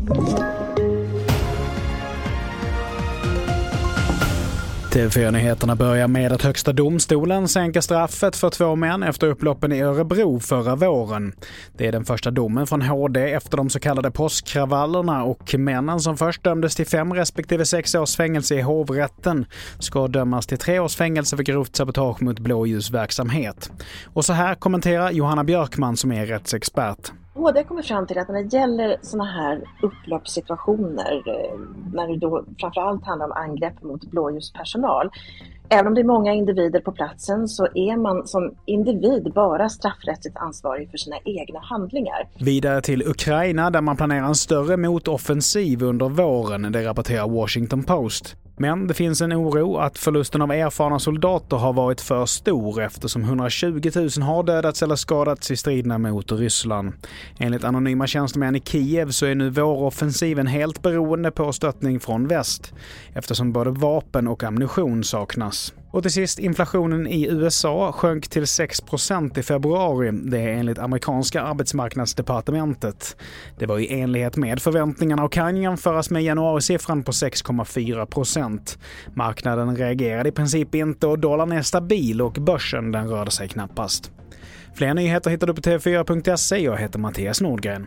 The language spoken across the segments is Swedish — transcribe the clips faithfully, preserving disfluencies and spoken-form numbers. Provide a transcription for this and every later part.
T V fyra-nyheterna börjar med att Högsta domstolen sänker straffet för två män efter upploppen i Örebro förra våren. Det är den första domen från H D efter de så kallade påskkravallerna, och männen som först dömdes till fem respektive sex års fängelse i hovrätten ska dömas till tre års fängelse för grovt sabotage mot blåljusverksamhet. Och så här kommenterar Johanna Björkman som är rättsexpert. H D kommer fram till att när det gäller såna här upploppssituationer, när det då framförallt handlar om angrepp mot blåljuspersonal, även om det är många individer på platsen så är man som individ bara straffrättsligt ansvarig för sina egna handlingar. Vidare till Ukraina där man planerar en större motoffensiv under våren, det rapporterar Washington Post. Men det finns en oro att förlusten av erfarna soldater har varit för stor eftersom hundratjugo tusen har dödats eller skadats i striderna mot Ryssland. Enligt anonyma tjänstemän i Kiev så är nu våroffensiven helt beroende på stöttning från väst eftersom både vapen och ammunition saknas. Och till sist, inflationen i U S A sjönk till sex procent i februari. Det är enligt amerikanska arbetsmarknadsdepartementet. Det var i enlighet med förväntningarna och kan jämföras med januarisiffran på sex komma fyra procent. Marknaden reagerade i princip inte och dollarn är stabil och börsen den rörde sig knappast. Fler nyheter hittar du på T V fyra punkt se. Jag heter Mattias Nordgren.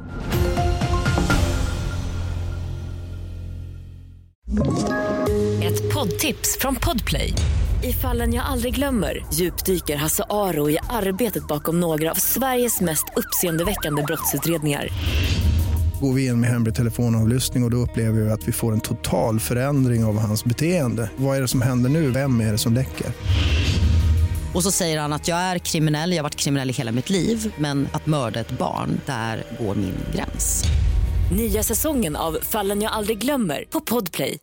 Ett poddtips från Podplay. I Fallen jag aldrig glömmer djupdyker Hasse Aro i arbetet bakom några av Sveriges mest uppseendeväckande brottsutredningar. Går vi in med hemlig telefonavlyssning och, och då upplever vi att vi får en total förändring av hans beteende. Vad är det som händer nu? Vem är det som läcker? Och så säger han att jag är kriminell, jag har varit kriminell i hela mitt liv. Men att mörda ett barn, där går min gräns. Nya säsongen av Fallen jag aldrig glömmer på Podplay.